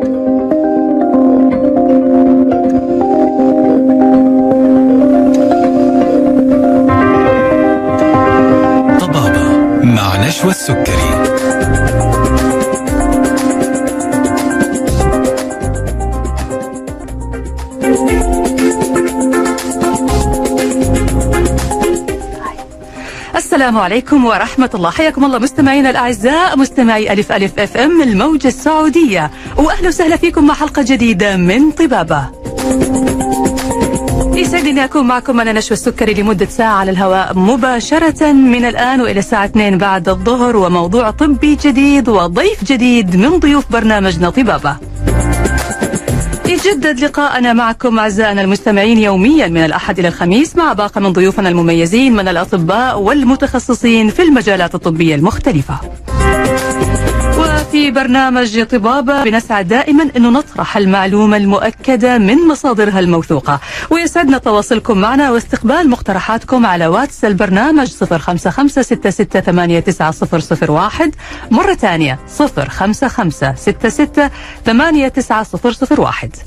طبابة مع نشوى السكري. السلام عليكم ورحمة الله. حياكم الله مستمعينا الأعزاء، مستمعي ألف ألف اف ام الموجة السعودية، وأهلا وسهلا فيكم مع حلقة جديدة من طبابة. يسعدني أكون معكم أنا نشوى السكري لمدة ساعة على الهواء مباشرة من الآن وإلى الساعة 2 بعد الظهر، وموضوع طبي جديد وضيف جديد من ضيوف برنامجنا طبابة. يتجدد لقاءنا معكم أعزائنا المستمعين يوميا من الأحد إلى الخميس مع باقة من ضيوفنا المميزين من الأطباء والمتخصصين في المجالات الطبية المختلفة. وفي برنامج طبابة بنسعى دائما أنه نطرح المعلومة المؤكدة من مصادرها الموثوقة، ويسعدنا تواصلكم معنا واستقبال مقترحاتكم على واتس البرنامج 0556689001. مرة ثانية 0556689001.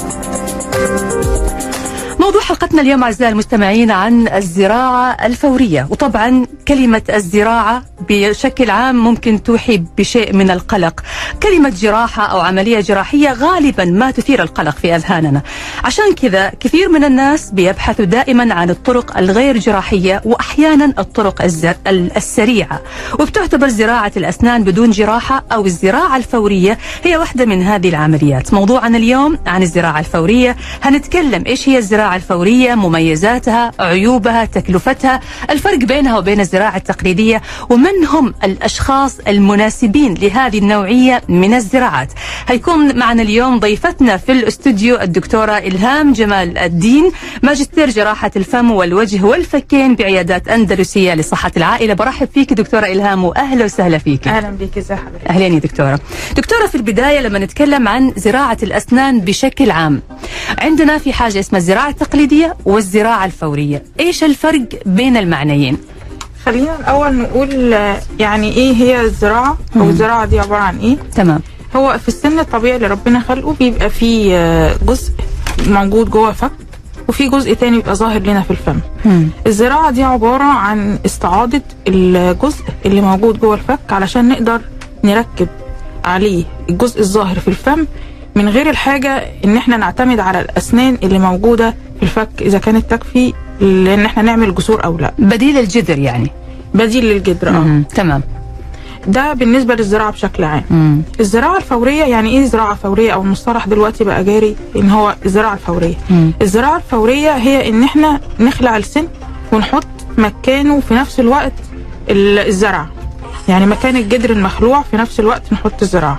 موضوع حلقتنا اليوم أعزائي المستمعين عن الزراعة الفورية، وطبعا كلمة الزراعة بشكل عام ممكن توحي بشيء من القلق. كلمة جراحة أو عملية جراحية غالبا ما تثير القلق في أذهاننا، عشان كذا كثير من الناس بيبحثوا دائما عن الطرق الغير جراحية وأحيانا الطرق السريعة، وبتعتبر زراعة الأسنان بدون جراحة أو الزراعة الفورية هي واحدة من هذه العمليات. موضوعنا اليوم عن الزراعة الفورية، هنتكلم إيش هي الزراعة الفورية، مميزاتها، عيوبها، تكلفتها، الفرق بينها وبين الزراعة التقليدية، ومن هم الأشخاص المناسبين لهذه النوعية من الزراعات. هيكون معنا اليوم ضيفتنا في الاستوديو الدكتورة إلهام جمال الدين، ماجستير جراحة الفم والوجه والفكين بعيادات أندلسية لصحة العائلة. برحب فيك دكتورة إلهام وأهلا وسهلا فيك. أهلا بك، ازي حضرتك؟ أهلين يا دكتورة. دكتورة، في البداية لما نتكلم عن زراعة الأسنان بشكل عام، عندنا في حاجة اسمها الزراعة التقليدية والزراعة الفورية، إيش الفرق بين المعنيين؟ خلينا الأول نقول يعني إيه هي الزراعة أو الزراعة دي عبارة عن إيه؟ تمام. هو في السن الطبيعي اللي ربنا خلقه بيبقى فيه جزء موجود جوه فك، وفي جزء تاني بيبقى ظاهر لنا في الفم. الزراعة دي عبارة عن استعاضة الجزء اللي موجود جوه الفك علشان نقدر نركب عليه الجزء الظاهر في الفم، من غير الحاجة ان احنا نعتمد على الأسنان اللي موجودة في الفك إذا كانت تكفي لان احنا نعمل جسور او لا. بديل الجذر يعني. بديل للجذر. تمام. ده بالنسبة للزراعة بشكل عام. الزراعة الفورية، يعني ايه زراعة فورية؟ او المصطلح دلوقتي بقى جاري ان هو الزراعة الفورية. الزراعة الفورية هي ان احنا نخلع السن ونحط مكانه في نفس الوقت الزرع، يعني مكان الجذر المخلوع في نفس الوقت نحط الزراعة.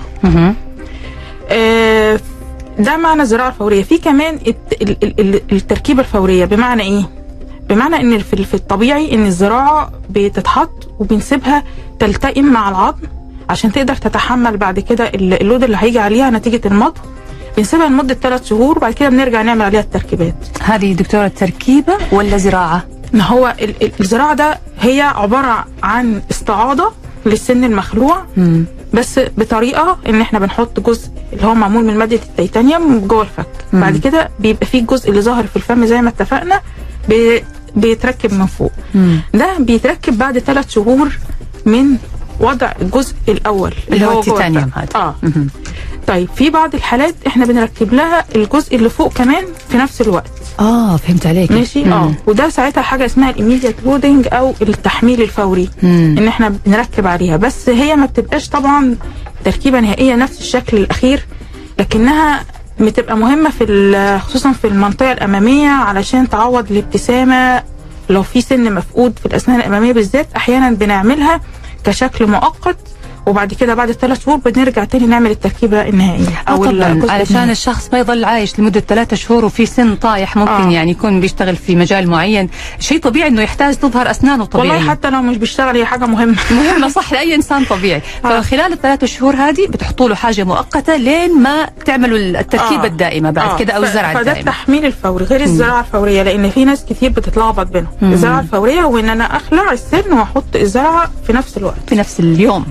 ده معنى الزراعة الفورية. في كمان التركيبة الفورية، بمعنى ايه؟ بمعنى ان في الطبيعي ان الزراعة بتتحط وبنسيبها تلتئم مع العظم عشان تقدر تتحمل بعد كده اللود اللي هيجي عليها نتيجة المضغ. بنسيبها لمدة 3 شهور وبعد كده بنرجع نعمل عليها التركيبات. هذه دكتورة تركيبة ولا زراعة؟ ما هو الزراعة ده هي عبارة عن استعاضة للسن المخلوع، بس بطريقة ان احنا بنحط جزء اللي هو معمول من مادة التيتانيوم جوه الفك. بعد كده بيبقى فيه الجزء اللي ظاهر في الفم زي ما اتفقنا بيتركب من فوق. ده بيتركب بعد 3 شهور من وضع الجزء الاول اللي هو التيتانيوم هذا. طيب في بعض الحالات احنا بنركب لها الجزء اللي فوق كمان في نفس الوقت. فهمت عليك. ماشي. وده ساعتها حاجه اسمها الإيميديت لودنج او التحميل الفوري. ان احنا بنركب عليها، بس هي ما بتبقاش طبعا تركيبه نهائيه نفس الشكل الاخير، لكنها بتبقى مهمه خصوصا في المنطقه الاماميه علشان تعوض الابتسامه. لو في سن مفقود في الاسنان الاماميه بالذات احيانا بنعملها كشكل مؤقت، وبعد كده بعد 3 شهور بنرجع تاني نعمل التركيبه النهائيه او علشان الشخص ما يضل عايش لمده 3 شهور وفي سن طايح ممكن يعني يكون بيشتغل في مجال معين. شيء طبيعي انه يحتاج تظهر اسنانه طبيعي. والله حتى لو مش بيشتغل هي حاجه مهمه صح لاي انسان طبيعي. فخلال ال3 شهور هذه بتحطوا له حاجه مؤقته لين ما تعملوا التركيبه الدائمه بعد كده او الزرعه الدائمه. فده التحميل الفوري غير الزراعه الفوريه، لان في ناس كتير بتتلخبط بينهم. الزراعه الفوريه هو ان انا اخلع السن واحط الزرعه في نفس الوقت في نفس اليوم في نفس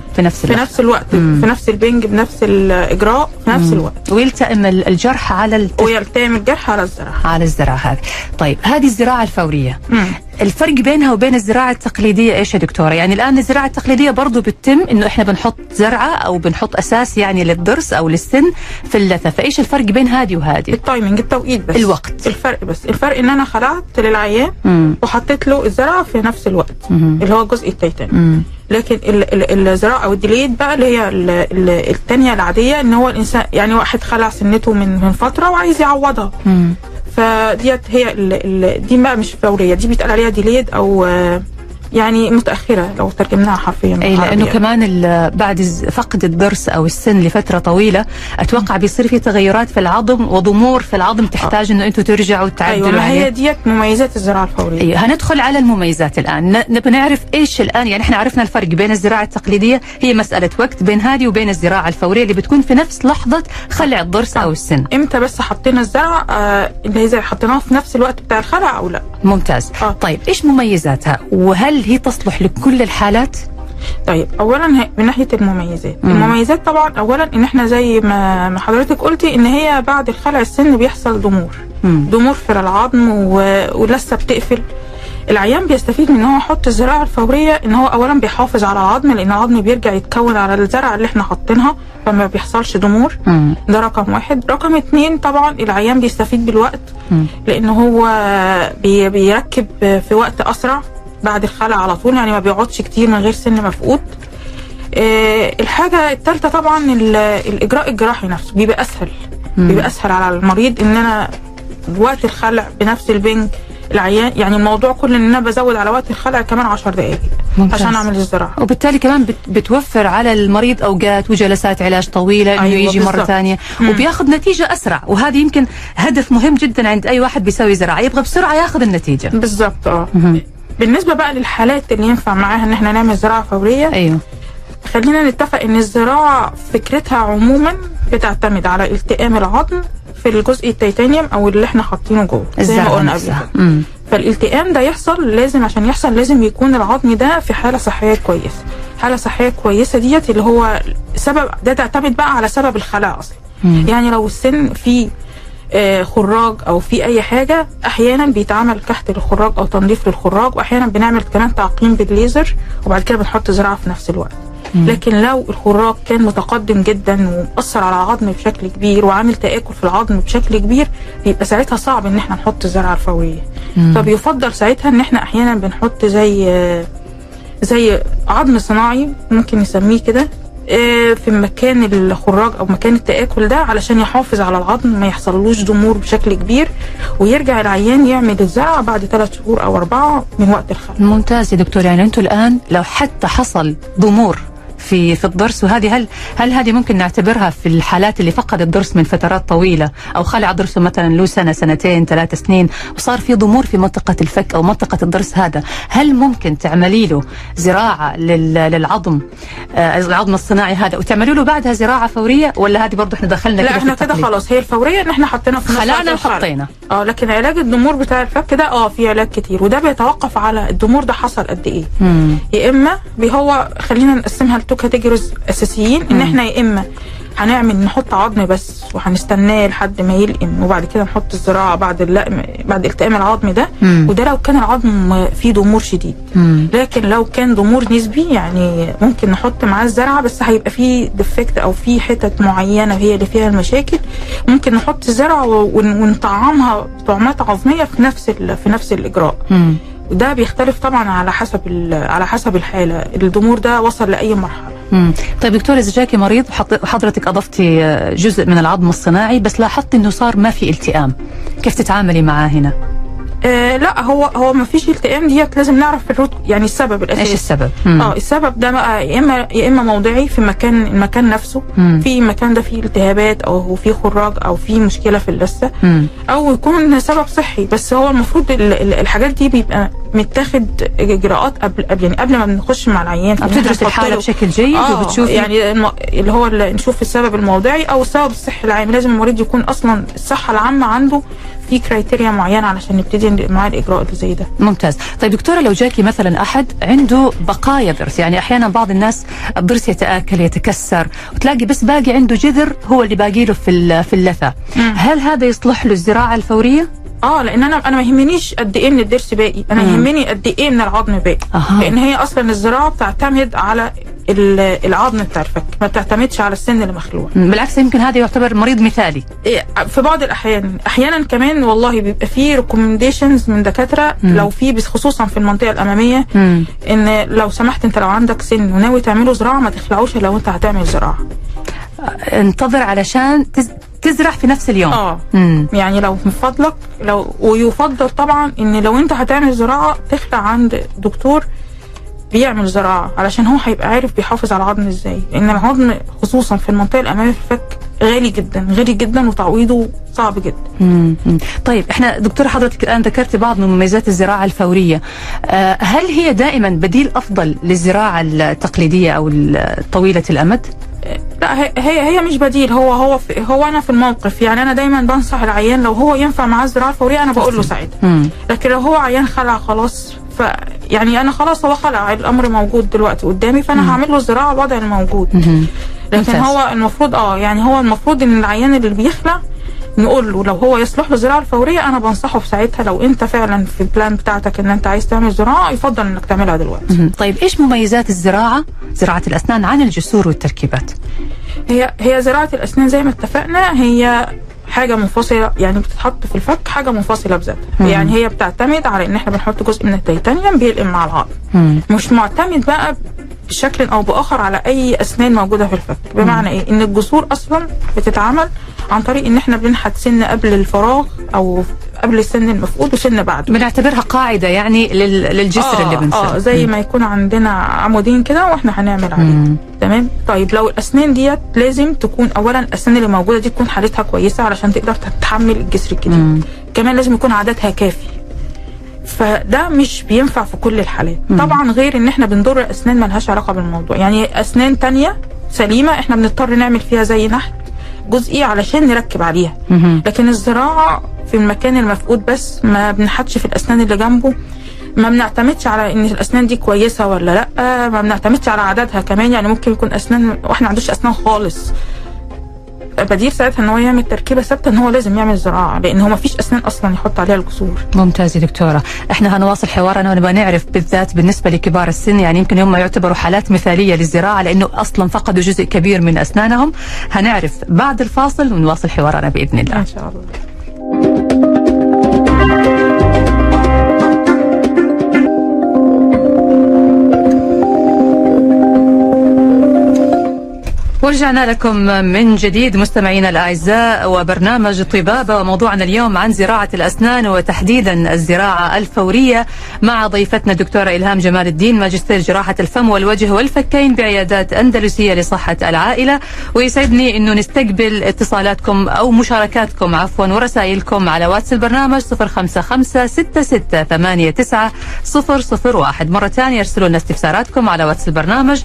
نفس في نفس الوقت في نفس البنج بنفس الاجراء في نفس الوقت، ويلتئم الجرح على ويلتئم الجرح على الزراعه هذه. طيب هذه الزراعه الفوريه، الفرق بينها وبين الزراعه التقليديه ايش يا دكتوره؟ يعني الان الزراعه التقليديه برضو بتتم انه احنا بنحط زرعه او بنحط اساس يعني للضرس او للسن في اللثه، فايش الفرق بين هذه وهذه؟ التايمنج، التوقيت بس، الوقت، الفرق ان انا خلعت للعيان وحطيت له الزرعه في نفس الوقت اللي هو الجزء التيتاني. لكن الزراعه او الديليد بقى اللي هي الثانيه العاديه، ان هو الانسان يعني واحد خلع سنته من فتره وعايز يعوضها، فديت هي دي بقى مش فوريه، دي بيتقال عليها ديليد او يعني متأخرة لو ترجمناها حرفيا. اي لانه كمان بعد فقد الضرس او السن لفترة طويلة اتوقع بيصير في تغيرات في العظم وضمور في العظم تحتاج انه انتم ترجعوا تعدلوا. ايوه، ما هي ديت مميزات الزراعة الفورية. ايوه، هندخل على المميزات الان، نبي نعرف ايش الان، يعني احنا عرفنا الفرق بين الزراعة التقليدية هي مسألة وقت بين هذه وبين الزراعة الفورية اللي بتكون في نفس لحظة خلع الضرس او السن. امتى بس حطينا الزرعة اللي هي حطيناها في نفس الوقت بتاع الخلع او لا؟ ممتاز. طيب ايش مميزاتها وهل هي تصلح لكل الحالات؟ طيب اولا من ناحيه المميزات طبعا اولا ان احنا زي ما حضرتك قلتي ان هي بعد الخلع السن بيحصل ضمور في العظم ولسه بتقفل. العيان بيستفيد من ان هو يحط الزراعه الفوريه، ان هو اولا بيحافظ على العظم لان العظم بيرجع يتكون على الزرعه اللي احنا حاطينها فما بيحصلش ضمور. ده رقم واحد. رقم 2 طبعا العيان بيستفيد بالوقت لان هو بيركب في وقت اسرع بعد الخلع على طول، يعني ما بيقعدش كتير من غير سن مفقود. الحاجه الثالثه طبعا الاجراء الجراحي نفسه بيبقى اسهل على المريض، ان انا وقت الخلع بنفس البنج العيان، يعني الموضوع كله ان انا بزود على وقت الخلع كمان 10 دقائق عشان اعمل الزراعه، وبالتالي كمان بتوفر على المريض اوقات وجلسات علاج طويله انه يجي مره ثانيه وبياخذ نتيجه اسرع، وهذا يمكن هدف مهم جدا عند اي واحد بيسوي زراعه، يبغى بسرعه ياخذ النتيجه. بالظبط. بالنسبه بقى للحالات اللي ينفع معاها ان احنا نعمل زراعه فوريه، ايوه خلينا نتفق ان الزراعه فكرتها عموما بتعتمد على التئام العظم في الجزء التيتانيوم او اللي احنا حاطينه جوه زي ما قلنا قبل كده. فالالتئام ده عشان يحصل لازم يكون العظم ده في حاله صحيه كويسه. حاله صحيه كويسه ديت اللي هو سبب ده تعتمد بقى على سبب الخلع اصلا. يعني لو السن فيه خراج او في اي حاجه، احيانا بيتعمل كحت للخراج او تنظيف للخراج، واحيانا بنعمل كمان تعقيم بالليزر وبعد كده بنحط زراعه في نفس الوقت. لكن لو الخراج كان متقدم جدا ومؤثر على العظم بشكل كبير وعامل تآكل في العظم بشكل كبير، بيبقى ساعتها صعب ان احنا نحط الزراعه الفوريه. فبيفضل ساعتها ان احنا احيانا بنحط زي عظم صناعي ممكن نسميه كده في مكان الخراج او مكان التآكل ده، علشان يحافظ على العظم ما يحصلوش ضمور بشكل كبير، ويرجع العيان يعمل الزرعه بعد 3 شهور او 4 من وقت الخلع. ممتاز يا دكتور. يعني انتم الان لو حتى حصل ضمور في الضرس، وهذه هل هذه ممكن نعتبرها في الحالات اللي فقد الضرس من فترات طويله او خلع ضرسه مثلا له سنه 2 3 سنين وصار في ضمور في منطقه الفك او منطقه الضرس هذا، هل ممكن تعملي له زراعه للعظم العظم الصناعي هذا وتعملي له بعدها زراعه فوريه، ولا هذه برضه احنا دخلنا لا احنا كده خلاص هي الفوريه ان احنا حطينا في خلعنا وحطينا. لكن علاج الضمور بتاع الفك ده في علاج كتير، وده بيتوقف على الضمور ده حصل قد ايه. يا اما هو خلينا نقسمها لتو كاتيجوريز اساسيين، ان احنا يا اما نحط عظم بس وهنستناه لحد ما يلئم وبعد كده نحط الزراعه بعد التئام العظم ده، وده لو كان العظم فيه ضمور شديد. لكن لو كان ضمور نسبي يعني ممكن نحط معاه الزرعه بس هيبقى فيه ديفكت او فيه حتت معينه هي اللي فيها المشاكل، ممكن نحط الزرعه ونطعمها طعمات عظميه في نفس الاجراء. وده بيختلف طبعا على حسب الحاله، الضمور ده وصل لاي مرحله. طيب دكتور، اذا جاكي مريض وحضرتك اضفتي جزء من العظم الصناعي بس لاحظت انه صار ما في التئام، كيف تتعاملي معاه هنا؟ لا هو ما فيش التئام ديت، لازم نعرف يعني السبب الاساسي. ايش السبب؟ السبب ده بقى يا اما موضعي في المكان نفسه، في المكان ده فيه التهابات او فيه خراج او فيه مشكله في اللثه، او يكون سبب صحي. بس هو المفروض الحاجات دي بيبقى متاخد اجراءات قبل ما بنخش مع العيان، بتدرس الحاله بشكل جيد وبتشوفي يعني اللي هو نشوف السبب الموضعي او السبب الصحي العام. لازم المريض يكون اصلا الصحه العامه عنده في كرايتيريا معينه علشان نبتدي نبتدي مع الاجراء اللي زي ده. ممتاز. طيب دكتوره، لو جاكي مثلا احد عنده بقايا ضرس، يعني احيانا بعض الناس الضرس يتاكل يتكسر وتلاقي بس باقي عنده جذر هو اللي باقي له في اللثه، هل هذا يصلح له الزراعه الفوريه؟ لان انا ما يهمنيش قد ايه من الضرس باقي، انا يهمني قد ايه من العظم باقي. لان هي اصلا الزراعه بتعتمد على العظم بتاع الفك، ما بتعتمدش على السن اللي مخلوع. بالعكس، يمكن هذا يعتبر مريض مثالي في بعض الاحيان. احيانا كمان والله بيبقى في ريكومنديشنز من دكاتره لو في خصوصا في المنطقه الاماميه ان لو سمحت انت لو عندك سن وناوي تعمله زراعه ما تخلعوش لو انت هتعمل زراعه، انتظر علشان تزرع في نفس اليوم. يعني لو من فضلك، ويفضل طبعا ان لو انت هتعمل زراعه تخلع عند دكتور بيعمل زراعه، علشان هو هيبقى عارف بيحافظ على العظم ازاي، لان العظم خصوصا في المنطقه الاماميه في الفك غالي جدا غالي جدا وتعويضه صعب جدا. طيب احنا دكتوره حضرتك الان ذكرتي بعض من مميزات الزراعه الفوريه، هل هي دائما بديل افضل للزراعه التقليديه او طويله الامد؟ لا، هي مش بديل. هو انا في الموقف، يعني انا دايما بنصح العيان لو هو ينفع معاه الزراعه الفوريه انا بقول له ساعتها. لكن لو هو عيان خلع خلاص، يعني انا خلاص هو خلع، الامر موجود دلوقتي قدامي، فانا هعمل له الزراعه الوضع الموجود. لكن هو المفروض يعني هو المفروض ان العيان اللي بيخلع نقول له لو هو يصلح له الزراعه الفوريه، انا بنصحه في ساعتها لو انت فعلا في البلان بتاعتك ان انت عايز تعمل زراعه يفضل انك تعملها دلوقتي. طيب ايش مميزات زراعه الاسنان عن الجسور والتركيبات؟ هي زراعه الاسنان زي ما اتفقنا هي حاجه منفصله، يعني بتتحط في الفك حاجه منفصله بذاتها. يعني هي بتعتمد على ان احنا بنحط جزء من التيتانيوم بيلقم مع العظم، مش معتمد بقى بشكل او باخر على اي اسنان موجوده في الفك. بمعنى ايه؟ ان الجسور اصلا بتتعمل عن طريق ان احنا بنحت سن قبل الفراغ او قبل السن المفقود وسن بعده، بنعتبرها قاعده يعني للجسر اللي بنسويه. زي ما يكون عندنا عمودين كده واحنا هنعمل عليه. تمام. طيب لو الاسنان ديت لازم تكون اولا الاسنان اللي موجوده دي تكون حالتها كويسه علشان تقدر تتحمل الجسر الجديد. كمان لازم يكون عددها كافي، فده مش بينفع في كل الحالات. طبعا غير ان احنا بنضر اسنان ملهاش علاقه بالموضوع، يعني اسنان تانية سليمه احنا بنضطر نعمل فيها زي نحت جزئي علشان نركب عليها. لكن الزراعه في المكان المفقود بس، ما بنحطش في الاسنان اللي جنبه، ما بنعتمدش على ان الاسنان دي كويسه ولا لا، ما بنعتمدش على عددها كمان. يعني ممكن يكون اسنان واحنا ما عندوش اسنان خالص، بديل ساعتها ان هو يعمل تركيبه ثابته ان هو لازم يعمل زراعه، لان هو ما فيش اسنان اصلا يحط عليها الجسور. ممتاز يا دكتوره. احنا هنواصل حوارنا ونبغى نعرف بالذات بالنسبه لكبار السن، يعني يمكن هم يعتبروا حالات مثاليه للزراعه لانه اصلا فقدوا جزء كبير من اسنانهم. هنعرف بعد الفاصل ونواصل حوارنا باذن الله ان شاء الله. ورجعنا لكم من جديد مستمعينا الأعزاء، وبرنامج طبابة، وموضوعنا اليوم عن زراعة الأسنان وتحديدا الزراعة الفورية مع ضيفتنا الدكتورة إلهام جمال الدين، ماجستير جراحة الفم والوجه والفكين بعيادات أندلسية لصحة العائلة. ويسعدني أنه نستقبل اتصالاتكم أو مشاركاتكم ورسائلكم على واتس البرنامج 0556689001. مرة ثانية ارسلوا لنا استفساراتكم على واتس البرنامج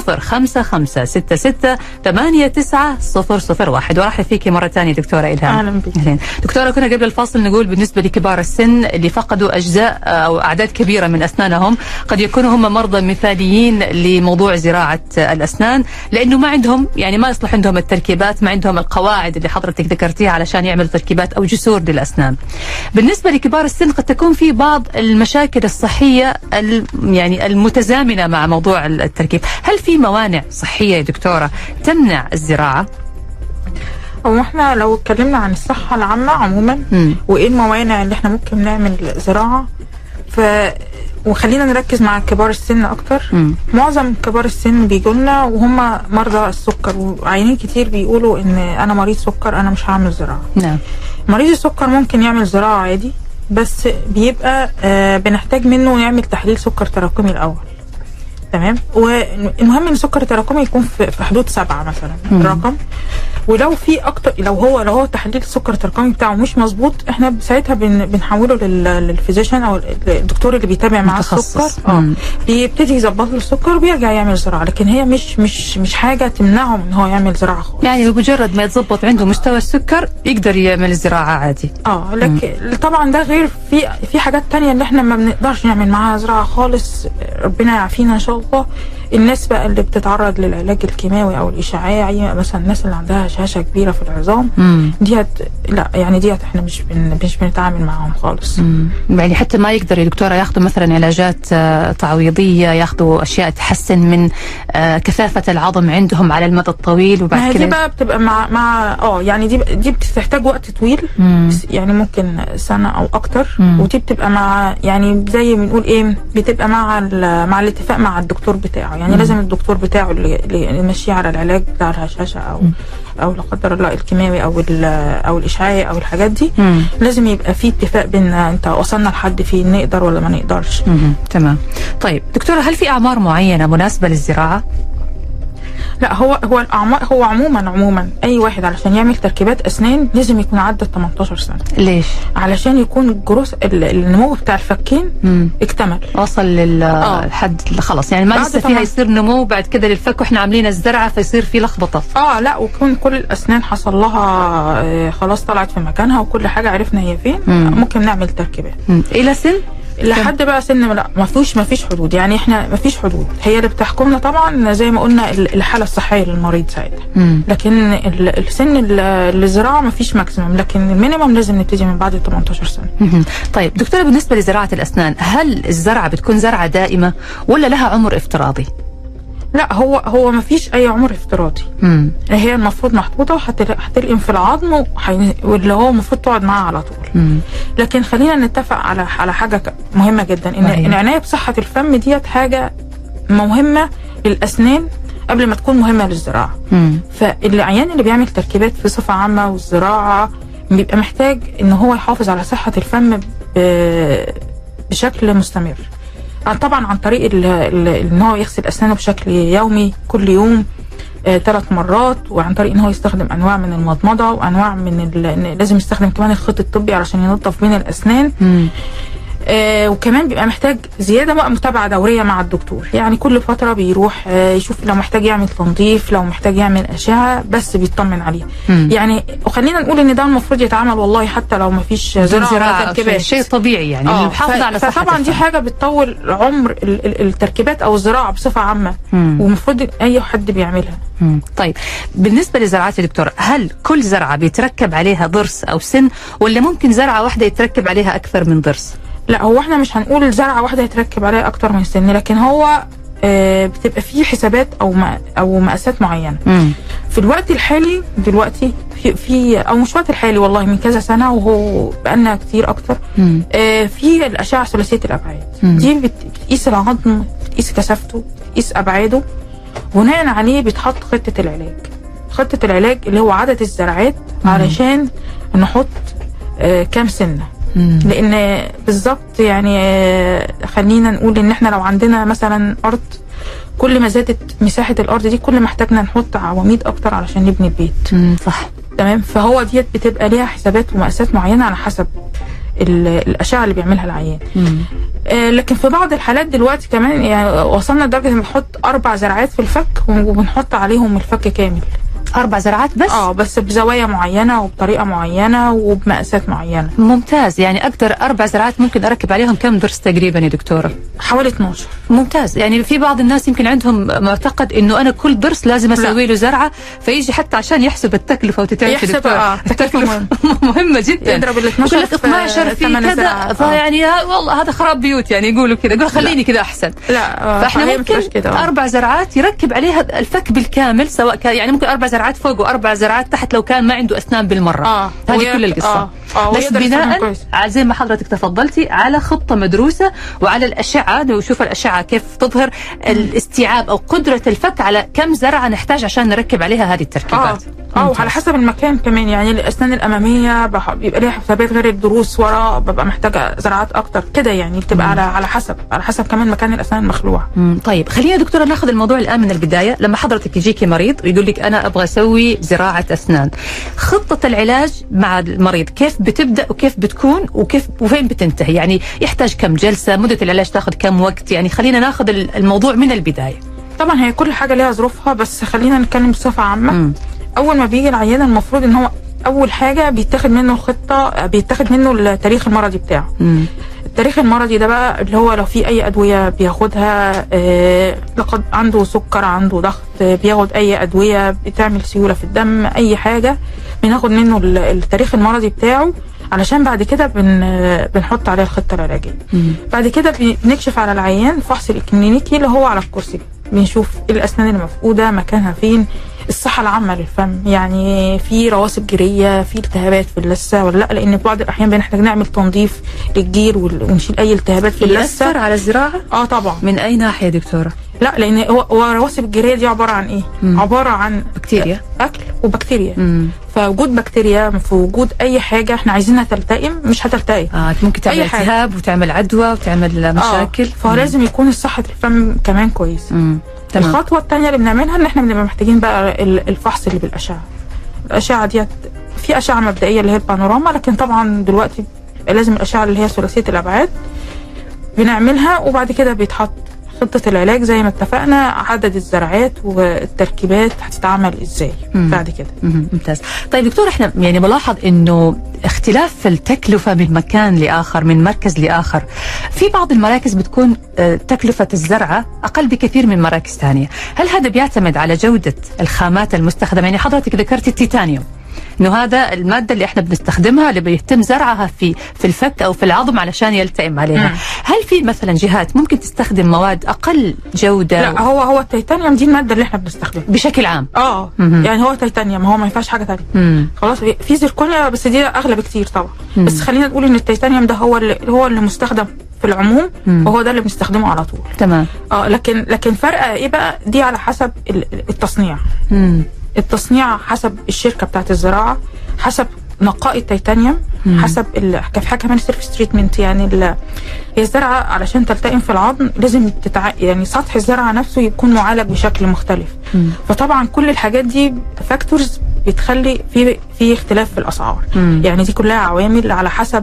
0556689001. وراح فيك مرة ثانية دكتورة إلهام. أهلا بك. دكتورة، كنا قبل الفاصل نقول بالنسبة لكبار السن اللي فقدوا أجزاء أو أعداد كبيرة من أسنانهم، قد يكونوا هم مرضى مثاليين لموضوع زراعة الأسنان، لأنه ما عندهم، يعني ما يصلح عندهم التركيبات، ما عندهم القواعد اللي حضرتك ذكرتيها علشان يعملوا تركيبات أو جسور للأسنان. بالنسبة لكبار السن قد تكون في بعض المشاكل الصحية يعني المتزامنة مع موضوع التركيب. هل في موانع صحية يا دكتورة تمنع الزراعة؟ هو احنا لو اتكلمنا عن الصحة العامة عموما وايه الموانع اللي احنا ممكن نعمل زراعة، وخلينا نركز مع كبار السن اكتر. معظم كبار السن بيجولنا وهم مرضى السكر، وعيانين كتير بيقولوا ان انا مريض سكر انا مش هعمل زراعة. نعم. مريض السكر ممكن يعمل زراعة عادي، بس بيبقى بنحتاج منه نعمل تحليل سكر تراكمي الاول. تمام. والمهم ان السكر التراكمي يكون في حدود 7 مثلا الرقم. ولو في اكتر، لو هو تحليل السكر التراكمي بتاعه مش مظبوط، احنا ساعتها بنحوله للفيزيشن او الدكتور اللي بيتابع مع السكر. بيبتدي يظبط له السكر وبيرجع يعمل زراعه. لكن هي مش حاجه تمنعه من هو يعمل زراعه خالص. يعني بمجرد ما يتظبط عنده مستوى السكر يقدر يعمل الزراعه عادي. لكن طبعا ده غير في حاجات تانية اللي احنا ما بنقدرش نعمل معاها زراعه خالص، ربنا يعافينا ان شاء الله. الناس بقى اللي بتتعرض للعلاج الكيماوي او الاشعاعي، مثلا الناس اللي عندها هشاشة كبيرة في العظام، ديت لا، يعني ديت احنا مش بنتعامل معاهم خالص. يعني حتى ما يقدر يا دكتورة ياخذوا مثلا علاجات تعويضية، ياخذوا اشياء تحسن من كثافة العظم عندهم على المدى الطويل، وبعد كده دي بقى بتبقى مع يعني دي بتحتاج وقت طويل، يعني ممكن سنة او اكتر. ودي بتبقى مع، يعني زي ما بنقول ايه، بتبقى مع الاتفاق مع الدكتور بتاعه. يعني لازم الدكتور بتاعه اللي يمشيه على العلاج بتاع الهشاشة او لا قدر الله الكيماوي او الاشعاعي او الحاجات دي، لازم يبقى في اتفاق بيننا، انت وصلنا لحد فين، نقدر ولا ما نقدرش. تمام. طيب دكتورة، هل في اعمار معينة مناسبة للزراعة؟ لا، هو عموما اي واحد علشان يعمل تركيبات اسنان لازم يكون عدى 18 سنه. ليش؟ علشان يكون الجروس النمو بتاع الفكين اكتمل، وصل للحد خلاص، يعني ما لسه فيها يصير نمو بعد كده للفك واحنا عاملين الزرعه فيصير في لخبطه. لا، ويكون كل الاسنان حصل لها خلاص طلعت في مكانها وكل حاجه عرفنا هي فين. ممكن نعمل تركيبات الى سن لحد بقى سن، لا ما فيش حدود. يعني احنا ما فيش حدود، هي اللي بتحكمنا طبعا زي ما قلنا الحاله الصحيه للمريض ساعتها. لكن السن الزراعه ما فيش ماكسيمم، لكن المينيمم لازم نبتدي من بعد 18 سنه. طيب دكتوره، بالنسبه لزراعه الاسنان، هل الزرعه بتكون زرعه دائمه ولا لها عمر افتراضي؟ لا، هو ما فيش اي عمر افتراضي. هي المفروض محطوطه وهتلقم في العظم واللي هو المفروض تقعد معاه على طول. لكن خلينا نتفق على حاجه مهمه جدا، ان العنايه بصحه الفم ديت حاجه مهمه للاسنان قبل ما تكون مهمه للزراعه. فالعيان اللي بيعمل تركيبات في صفه عامه والزراعه بيبقى محتاج ان هو يحافظ على صحه الفم بشكل مستمر. طبعا عن طريق ان هو يغسل اسنانه بشكل يومي كل يوم 3 مرات، وعن طريق ان هو يستخدم انواع من المضمضه وانواع من لازم يستخدم كمان الخيط الطبي علشان ينظف بين الاسنان. وكمان بيبقى محتاج زياده بقى متابعه دوريه مع الدكتور، يعني كل فتره بيروح يشوف لو محتاج يعمل تنظيف، لو محتاج يعمل اشعه، بس بيطمن عليه. يعني وخلينا نقول ان ده المفروض يتعمل والله حتى لو ما فيش زراعه تركيبات، شيء طبيعي يعني المحافظه على صحه. فطبعا دي حاجه بتطول عمر التركيبات او الزراعه بصفه عامه، ومفروض اي حد بيعملها. طيب بالنسبه لزراعات يا دكتور، هل كل زرعه بيتركب عليها ضرس او سن، ولا ممكن زرعه واحده يتركب عليها اكثر من ضرس؟ لا، هو احنا مش هنقول زرعه واحده يتركب عليها اكتر من سن، لكن هو بتبقى فيه حسابات او مقاسات معينه. في الوقت الحالي دلوقتي في او مش وقت الحالي والله، من كذا سنه وهو بقالنا كتير اكتر، في الاشعه ثلاثيه الابعاد. دي بتقيس العظم، بتقيس كثافته، بتقيس ابعاده، بناء عليه بيتحط خطه العلاج اللي هو عدد الزرعات علشان نحط كام سنه. لان بالظبط يعني خلينا نقول ان احنا لو عندنا مثلا ارض، كل ما زادت مساحه الارض دي كل ما احتاجنا نحط عواميد اكتر علشان نبني البيت. صح، تمام. فهو ديت بتبقى ليها حسابات ومقاسات معينه على حسب الاشعه اللي بيعملها العيان. لكن في بعض الحالات دلوقتي كمان يعني وصلنا لدرجه ان بنحط 4 زرعات في الفك وبنحط عليهم الفك كامل. 4 زرعات بس؟ بس بزوايا معينه وبطريقه معينه وبمقاسات معينه. ممتاز. يعني اقدر 4 زرعات ممكن اركب عليهم كم ضرس تقريبا يا دكتوره؟ حوالي 12. ممتاز. يعني في بعض الناس يمكن عندهم معتقد انه انا كل ضرس لازم اسوي له زرعه، فيجي حتى عشان يحسب التكلفه وتتعرف التكلفه مهمه جدا. يضرب ال 12 في 12 في كذا، فيعني والله هذا خراب بيوت، يعني يقولوا كذا، يقول خليني كذا احسن. لا، فاحنا ممكن 4 زرعات يركب عليها الفك بالكامل، سواء كان يعني ممكن 4 زرعات فوق و4 زرعات تحت لو كان ما عنده اسنان بالمره. هذه كل القصه. بس بناء زي ما حضرتك تفضلتي على خطه مدروسه وعلى الاشعه، نشوف الاشعه كيف تظهر الاستيعاب او قدره الفك على كم زرعه نحتاج عشان نركب عليها هذه التركيبات. وعلى حسب المكان كمان. يعني الاسنان الاماميه بيبقى ليها حسابات غير الضروس ورا، ببقى محتاجه زراعات اكتر كده. يعني بتبقى على حسب كمان مكان الاسنان المخلوعه. طيب خلينا دكتوره ناخذ الموضوع الان من البدايه. لما حضرتك يجيكي مريض ويقول لك انا ابغى اسوي زراعه اسنان، خطه العلاج مع المريض كيف بتبدا وكيف بتكون وفين بتنتهي؟ يعني يحتاج كم جلسه، مده العلاج تاخذ كم وقت؟ يعني خلينا ناخذ الموضوع من البدايه. طبعا هي كل حاجه ليها ظروفها، بس خلينا نتكلم بصفه عامه. اول ما بيجي العيان المفروض ان هو اول حاجه بيتاخد منه الخطه، بيتاخد منه التاريخ المرضي بتاعه. التاريخ المرضي ده بقى اللي هو لو في اي ادويه بياخدها، لقد عنده سكر، عنده ضغط، بياخد اي ادويه بتعمل سيوله في الدم، اي حاجه بناخد منه التاريخ المرضي بتاعه، علشان بعد كده بنحط عليه الخطه العلاجيه. بعد كده بنكشف على العيان فحص الكلينيكي اللي هو على الكرسي، بنشوف الاسنان المفقوده مكانها فين، الصحه العامه للفم، يعني في رواسب جيريه، في التهابات في اللثه ولا لا، لان في بعض الاحيان بنحتاج نعمل تنظيف للجير ونشيل اي التهابات في اللثه. يأثر على الزراعه؟ طبعا. من اي ناحيه دكتوره؟ لا، لان هو رواسب الجيريه دي عباره عن ايه؟ عباره عن بكتيريا، اكل وبكتيريا. فوجود بكتيريا في وجود اي حاجه احنا عايزينها تلتئم مش هتلتئم. ممكن تعمل التهاب وتعمل عدوى وتعمل مشاكل. فلازم يكون صحه الفم كمان كويس. تمام. الخطوه الثانيه اللي بنعملها ان احنا بنبقى محتاجين بقى الفحص اللي بالاشعه. الاشعه ديت في اشعه مبدئيه اللي هي البانوراما، لكن طبعا دلوقتي لازم الاشعه اللي هي ثلاثيه الابعاد بنعملها، وبعد كده بيتحط خطة العلاج زي ما اتفقنا، عدد الزرعات والتركيبات هتتعمل ازاي بعد كده. ممتاز. طيب دكتور، احنا يعني بلاحظ انه اختلاف في التكلفة من مكان لآخر، من مركز لآخر. في بعض المراكز بتكون تكلفة الزرعة أقل بكثير من مراكز ثانية. هل هذا بيعتمد على جودة الخامات المستخدمة؟ يعني حضرتك ذكرت التيتانيوم، انه هذا الماده اللي احنا بنستخدمها اللي بيتم زرعها في الفك او في العظم علشان يلتئم عليها. هل في مثلا جهات ممكن تستخدم مواد اقل جوده؟ لا، هو التيتانيوم دي الماده اللي احنا بنستخدمها بشكل عام. يعني هو تيتانيوم، هو ما ينفعش حاجه ثانيه. خلاص، في زركونيا بس دي اغلى بكتير طبعا. بس خلينا نقول ان التيتانيوم ده هو اللي مستخدم في العموم، وهو ده اللي بنستخدمه على طول. تمام. لكن فرق ايه بقى؟ دي على حسب التصنيع. التصنيع حسب الشركه بتاعت الزراعه، حسب نقاء التيتانيوم، حسب في حاجه كمان سيرفيس تريتمنت. يعني هي الزرعه علشان تلتئم في العظم لازم يعني سطح الزرعه نفسه يكون معالج بشكل مختلف. فطبعا كل الحاجات دي فاكتورز بتخلي في اختلاف في الاسعار. يعني دي كلها عوامل على حسب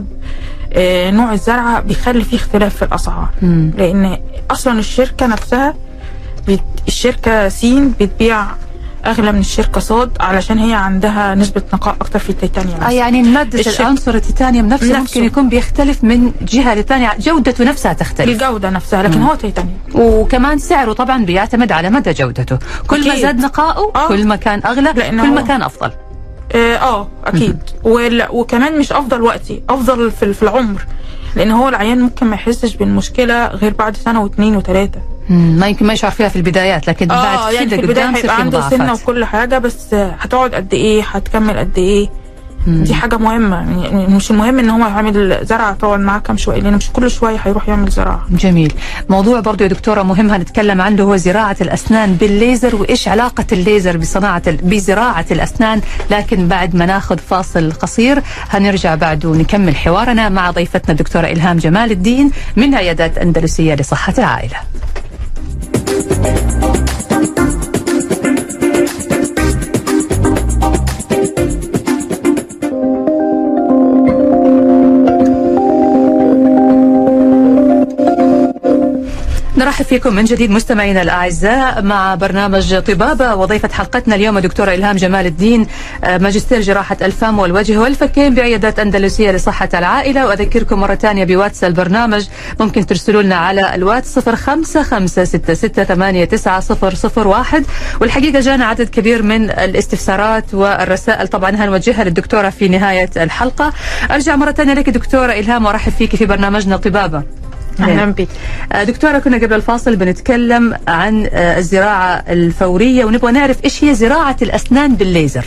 نوع الزرعه بيخلي فيه اختلاف في الاسعار. لان اصلا الشركه نفسها، الشركه سين بتبيع اغلى من الشركه صاد علشان هي عندها نسبه نقاء اكتر في التيتانيوم. يعني ماده العنصر التيتانيوم نفسه ممكن يكون بيختلف من جهه لثانيه، جودته نفسها تختلف. الجوده نفسها، لكن هو تيتانيوم. وكمان سعره طبعا بيعتمد على مدى جودته. كل ما زاد نقاؤه كل ما كان اغلى، كل ما كان افضل. اكيد. وكمان مش افضل وقتي، افضل في العمر، لان هو العيان ممكن ما يحسش بالمشكله غير بعد سنه واثنين وثلاثه. ما يشعر فيها في البدايات، لكن بعد يعني في البدايه هيبقى عنده سنه وكل حاجه، بس هتقعد قد ايه، هتكمل قد ايه. دي حاجه مهمه. يعني مش المهم ان هو يعمل زرعه تقعد معاه كام شويه، لان مش كل شويه هيروح يعمل زراعه. جميل. موضوع برضه يا دكتوره مهم هنتكلم عنه، هو زراعه الاسنان بالليزر، وايش علاقه الليزر بزراعه الاسنان. لكن بعد ما ناخذ فاصل قصير هنرجع بعد ونكمل حوارنا مع ضيفتنا الدكتوره إلهام جمال الدين من عيادات أندلسية لصحة العائلة. نرحب فيكم من جديد مستمعينا الأعزاء مع برنامج طبابة، وضيفة حلقتنا اليوم دكتورة إلهام جمال الدين، ماجستير جراحة الفم والوجه والفكين بعيادات أندلسية لصحة العائلة. وأذكركم مرة ثانية بواتس البرنامج، ممكن ترسلوا لنا على الواتس 0556689001. والحقيقة جانا عدد كبير من الاستفسارات والرسائل، طبعا هنوجهها للدكتورة في نهاية الحلقة. أرجع مرة ثانية لك دكتورة إلهام وأرحب فيك في برنامجنا طبابة. أهلا بك دكتورة. كنا قبل الفاصل بنتكلم عن الزراعة الفورية، ونبغى نعرف إيش هي زراعة الأسنان بالليزر.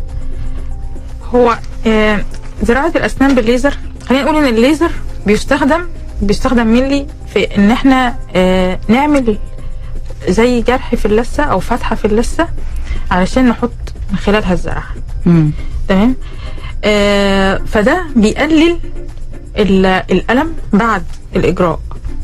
هو زراعة الأسنان بالليزر، خلينا نقول إن الليزر بيستخدم مينلي في إن إحنا نعمل زي جرح في اللثة أو فتحة في اللثة علشان نحط من خلالها الزرع. تمام. فده بيقلل الألم بعد الإجراء،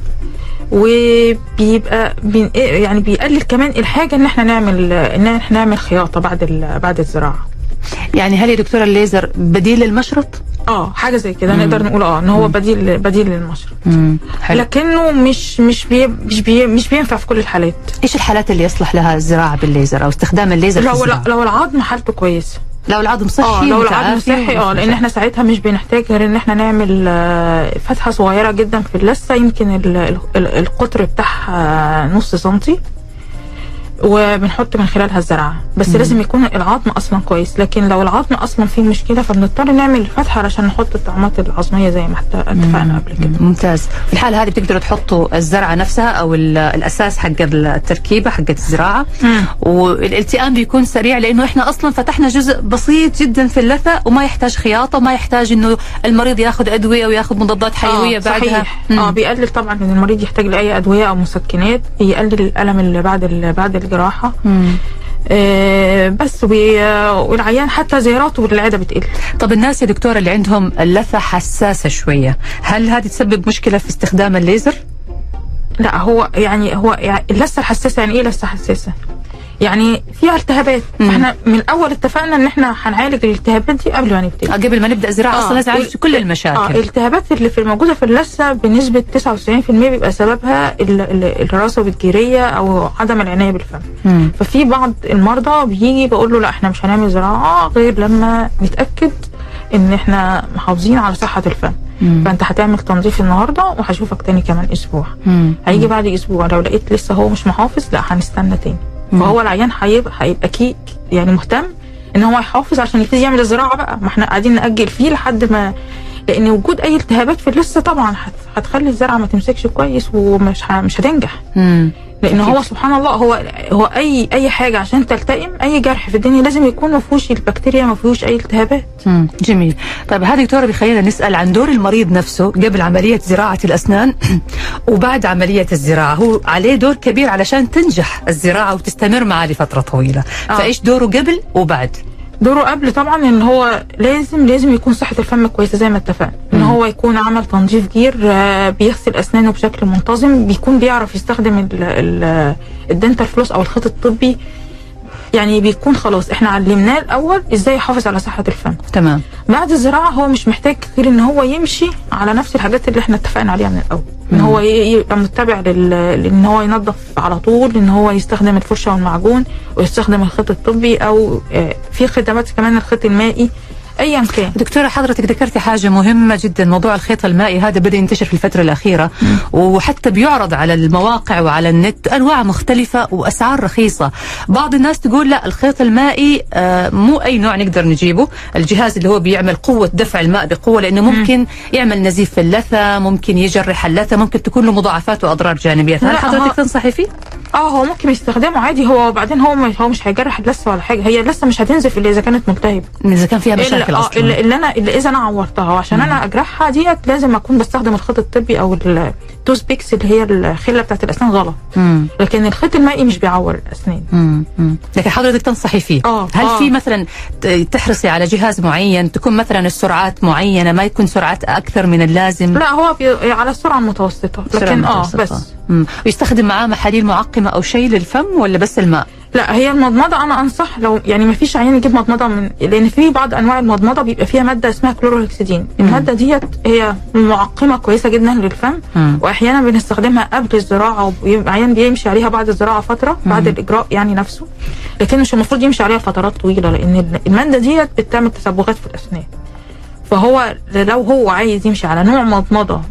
وبيبقى يعني بيقلل كمان الحاجة ان احنا نعمل خياطة بعد الزراعة. يعني هل يا دكتورة الليزر بديل للمشرط؟ حاجة زي كده نقدر نقول ان هو بديل للمشرط. لكنه مش بينفع في كل الحالات. ايش الحالات اللي يصلح لها الزراعة بالليزر او استخدام الليزر؟ لو العظم حالته كويسة، لو العظم صحي، لو العظم صحي لان احنا ساعتها مش بنحتاج غير ان احنا نعمل فتحة صغيرة جدا في اللثة، يمكن القطر بتاعها نص سنتي، وبنحط من خلالها الزرعة. بس لازم يكون العظم اصلا كويس. لكن لو العظم اصلا فيه مشكلة فبنضطر نعمل فتحة علشان نحط الطعمات العظمية زي ما اتفقنا قبل كده. ممتاز. في الحالة هذه بتقدروا تحطوا الزرعة نفسها او الاساس حق التركيبة حق الزراعة، والالتئام بيكون سريع لانه احنا اصلا فتحنا جزء بسيط جدا في اللثة، وما يحتاج خياطة وما يحتاج انه المريض ياخذ ادوية وياخذ مضادات حيوية بعدها. صحيح. بيقلل طبعا ان المريض يحتاج لاي ادوية او مسكنات، يقلل الالم اللي بعد الجراحة. بس والعيان حتى زياراته بالعادة بتقل. طب الناس يا دكتورة اللي عندهم اللثة حساسة شوية، هل هذه تسبب مشكلة في استخدام الليزر؟ لا، هو اللثة الحساسة يعني ايه لثة حساسة؟ يعني فيها التهابات. احنا من الاول اتفقنا ان احنا هنعالج الالتهابات دي قبل ما نبدا زراعه. اصلا لازم نعالج كل المشاكل. الالتهابات اللي في الموجوده في اللثه بنسبه 99% بيبقى سببها الراسه بالجيريه او عدم العنايه بالفم. ففي بعض المرضى بيجي بقول له لا احنا مش هنعمل زراعه غير لما نتاكد ان احنا محافظين على صحه الفم. فانت هتعمل تنظيف النهارده وهشوفك تاني كمان اسبوع. هيجي بعد اسبوع لو لقيت لسه هو مش محافظ، لا هنستنى تاني. فهو العيان هيبقى اكيد يعني مهتم ان هو يحافظ عشان يبتدي يعمل الزراعه بقى. ما احنا قاعدين ناجل فيه لحد ما، لان وجود اي التهابات في اللثه طبعا هتخلي الزرعه ما تمسكش كويس ومش هتنجح. لان هو سبحان الله هو اي حاجه عشان تلتئم، اي جرح في الدنيا لازم يكون ما فيهوش البكتيريا، ما فيهوش اي التهابات. جميل. طيب هذه دكتوره بيخلينا نسال عن دور المريض نفسه قبل عمليه زراعه الاسنان وبعد عمليه الزراعه. هو عليه دور كبير علشان تنجح الزراعه وتستمر معاه لفتره طويله. فايش دوره قبل وبعد؟ دوره قبل طبعا ان هو لازم يكون صحه الفم كويسه زي ما اتفقنا، ان هو يكون عمل تنظيف جير، بيغسل اسنانه بشكل منتظم، بيكون بيعرف يستخدم الدنتال فلوس او الخيط الطبي. يعني بيكون خلاص احنا علمناه الاول ازاي يحافظ على صحه الفم. تمام. بعد الزراعه هو مش محتاج غير ان هو يمشي على نفس الحاجات اللي احنا اتفقنا عليها من الاول. ان هو يبقى متبع لان هو ينظف على طول، ان هو يستخدم الفرشه والمعجون ويستخدم الخيط الطبي، او في خدمات كمان الخيط المائي ايا كان. دكتوره حضرتك ذكرتي حاجه مهمه جدا، موضوع الخيط المائي هذا بدا ينتشر في الفتره الاخيره، وحتى بيعرض على المواقع وعلى النت انواع مختلفه واسعار رخيصه. بعض الناس تقول لا الخيط المائي مو اي نوع نقدر نجيبه، الجهاز اللي هو بيعمل قوه دفع الماء بقوه، لانه ممكن يعمل نزيف في اللثه، ممكن يجرح اللثه، ممكن تكون له مضاعفات واضرار جانبيه. هل حضرتك تنصحي فيه؟ هو ممكن يستخدمه عادي. هو بعدين هو مش هيجرح اللثه ولا حاجه، هي اللثه مش هتنزف الا اذا كانت ملتهبه، اذا كان فيها مشاكل اصلا. اللي اذا انا عورتها، وعشان انا اجرحها ديت لازم اكون بستخدم الخيط الطبي او التوز بيكس اللي هي الخله بتاعت الاسنان غلط. لكن الخيط المائي مش بيعور الاسنان. لكن حضرتك تنصحي فيه. هل في مثلا تحرصي على جهاز معين، تكون مثلا السرعات معينه، ما يكون سرعات اكثر من اللازم؟ لا، هو على السرعه المتوسطه، لكن بس ويستخدم معاه محاليل معقمه او شيء للفم ولا بس الماء؟ لا، هي المضمضه انا انصح لو يعني ما فيش عيان يجيب مضمضه لان في بعض انواع المضمضه بيبقى فيها ماده اسمها كلوروهكسيدين. الماده ديت هي معقمه كويسه جدا للفم، واحيانا بنستخدمها قبل الزراعه، وعيان بيمشي عليها بعد الزراعه فتره، بعد الاجراء يعني نفسه، لكن مش المفروض يمشي عليها فترات طويله، لان الماده ديت بتعمل تسبغات في الاسنان. فهو لو هو عايز يمشي على نوع مضمضه